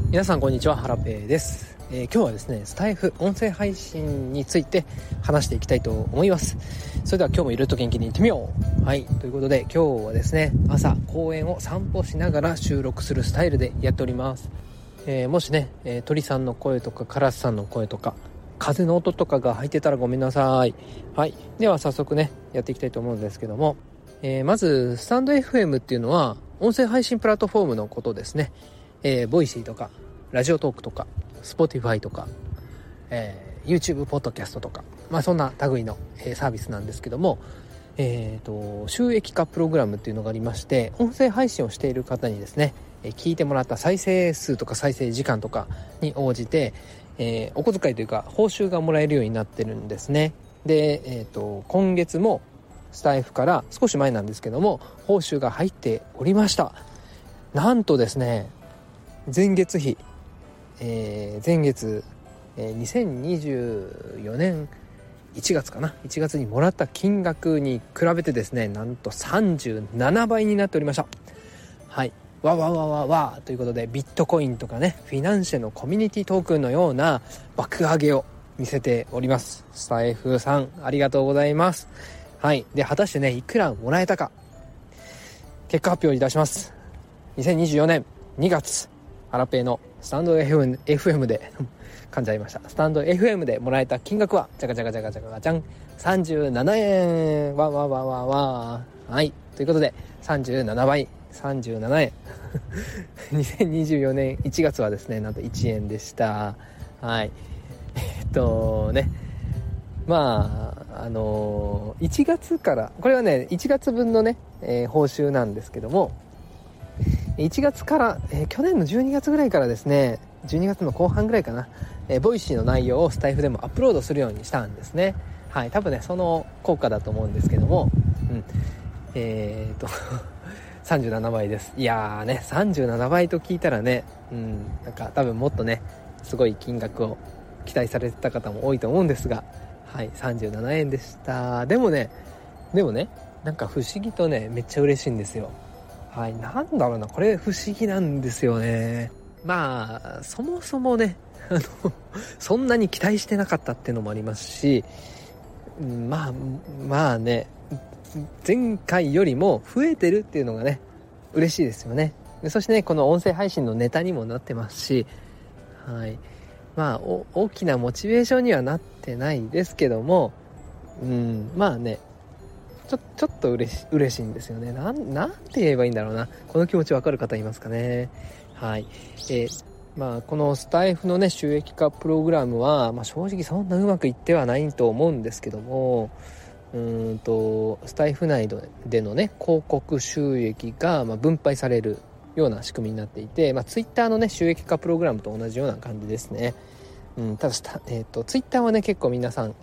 皆さんこんにちは、ハラペーです。今日はですね、スタイフ音声配信について話していきたいと思います。それでは今日もいると元気にいってみよう。はい、ということで今日はですね、朝公園を散歩しながら収録するスタイルでやっております。もしね、鳥さんの声とかカラスさんの声とか風の音とかが入ってたらごめんなさい。はい、では早速ねやっていきたいと思うんですけども、まずスタンド FM っていうのは音声配信プラットフォームのことですね。ボイシーとかラジオトークとか Spotify とか、YouTube ポッドキャストとか、そんな類の、サービスなんですけども、収益化プログラムっていうのがありまして、音声配信をしている方にですね、聞いてもらった再生数とか再生時間とかに応じて、お小遣いというか報酬がもらえるようになってるんですね。で、今月もスタイフから少し前なんですけども報酬が入っておりました。なんとですね、前月比、前月、2024年1月かな、1月にもらった金額に比べてですね、なんと37倍になっておりました。はい、わわわわわということで、ビットコインとかね、フィナンシェのコミュニティトークンのような爆上げを見せております。スタイフさんありがとうございます。はい、で果たしてね、いくらもらえたか、結果発表いたします。2024年2月、ハラペーのスタンド FM で噛んじゃいました。スタンド FM でもらえた金額はじゃがじゃがじゃがじゃがじゃん、37円。わわわわわ。はい、ということで37倍37円2024年1月はですね、なんと1円でした。はい、ね、1月からこれはね、1月分のね、報酬なんですけども、1月から、去年の12月ぐらいからですね、12月の後半ぐらいかな、ボイシーの内容をスタイフでもアップロードするようにしたんですね。はい、多分ねその効果だと思うんですけども、37倍です。いやーね、37倍と聞いたらね、なんか多分もっとねすごい金額を期待されてた方も多いと思うんですが、はい、37円でした。でもねなんか不思議とねめっちゃ嬉しいんですよ。はい、なんだろうな、これ不思議なんですよね。そもそもねそんなに期待してなかったっていうのもありますし、ね、前回よりも増えてるっていうのがね嬉しいですよね。でそしてね、この音声配信のネタにもなってますし、はい、大きなモチベーションにはなってないですけども、ちょっと嬉しいんですよね。なんて言えばいいんだろうな。この気持ちわかる方いますかね。はい、このスタイフのね収益化プログラムは、正直そんなうまくいってはないと思うんですけども、スタイフ内でのね広告収益が分配されるような仕組みになっていて、ツイッターのね収益化プログラムと同じような感じですね。ただツイッターはね結構皆さん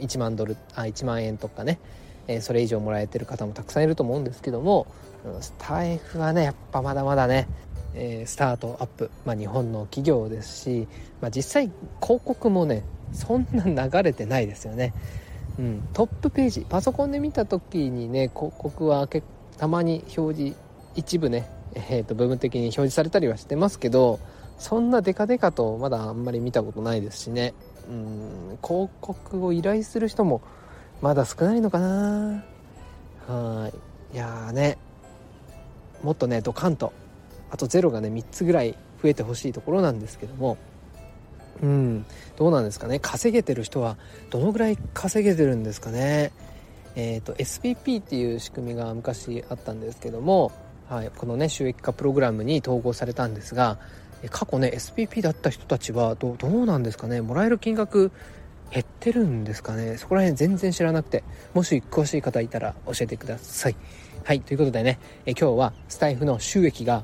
1万円とかね、それ以上もらえてる方もたくさんいると思うんですけども、スタイフはねやっぱまだまだね、スタートアップ、日本の企業ですし、実際広告もねそんな流れてないですよね。トップページ、パソコンで見た時にね広告はたまに表示一部ね、部分的に表示されたりはしてますけど、そんなデカデカとまだあんまり見たことないですしね。広告を依頼する人もまだ少ないのかな。いやーね、もっとねドカンとあとゼロがね3つぐらい増えてほしいところなんですけども、どうなんですかね。稼げてる人はどのぐらい稼げてるんですかね。SPP っていう仕組みが昔あったんですけども、このね収益化プログラムに統合されたんですが、過去ね SPP だった人たちはどうなんですかね。もらえる金額減ってるんですかね。そこら辺全然知らなくて、もし詳しい方いたら教えてください。はい、ということでね、今日はスタイフの収益が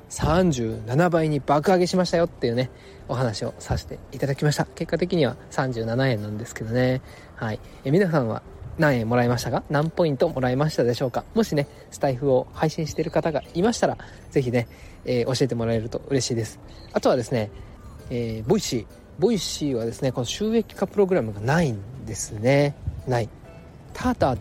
37倍に爆上げしましたよっていうねお話をさせていただきました。結果的には37円なんですけどね。はい、皆さんは何円もらいましたか？何ポイントもらいましたでしょうか？もしねスタイフを配信している方がいましたらぜひね、教えてもらえると嬉しいです。あとはですね、ボイシーはですねこの収益化プログラムがないんですね。ただ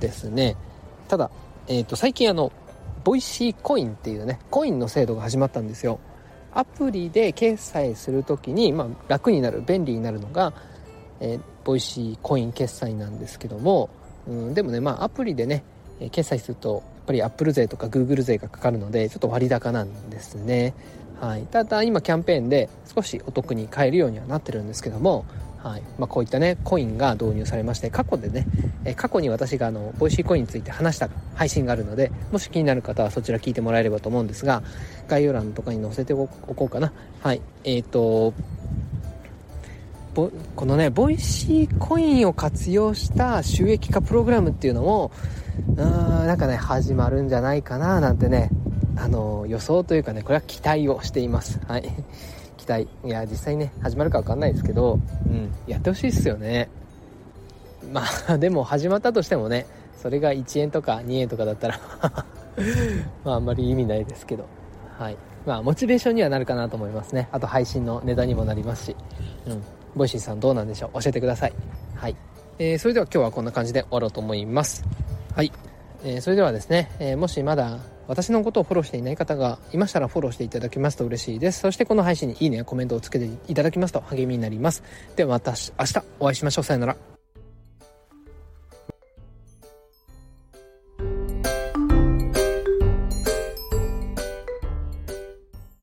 最近ボイシーコインっていうねコインの制度が始まったんですよ。 アプリで決済するときに、楽になる、便利になるのが、ボイシーコイン決済なんですけども、でもね、アプリでね決済するとやっぱり Apple 税とか Google 税がかかるのでちょっと割高なんですね。はい、ただ今キャンペーンで少しお得に買えるようにはなってるんですけども、はい、こういったねコインが導入されまして、過去に私がボイシーコインについて話した配信があるので、もし気になる方はそちら聞いてもらえればと思うんですが、概要欄とかに載せておこうかな。はい、このねボイシーコインを活用した収益化プログラムっていうのもなんかね始まるんじゃないかななんてね、予想というかね、これは期待をしています。はい期待、いや実際ね始まるか分かんないですけど、やってほしいですよね。でも始まったとしてもね、それが1円とか2円とかだったらあんまり意味ないですけど、はい、モチベーションにはなるかなと思いますね。あと配信のネタにもなりますし、ボイシーさんどうなんでしょう、教えてください。はい、それでは今日はこんな感じで終わろうと思います。はい、それではですね、もしまだ私のことをフォローしていない方がいましたらフォローしていただけますと嬉しいです。そしてこの配信にいいねやコメントをつけていただきますと励みになります。ではまた明日お会いしましょう。さよなら。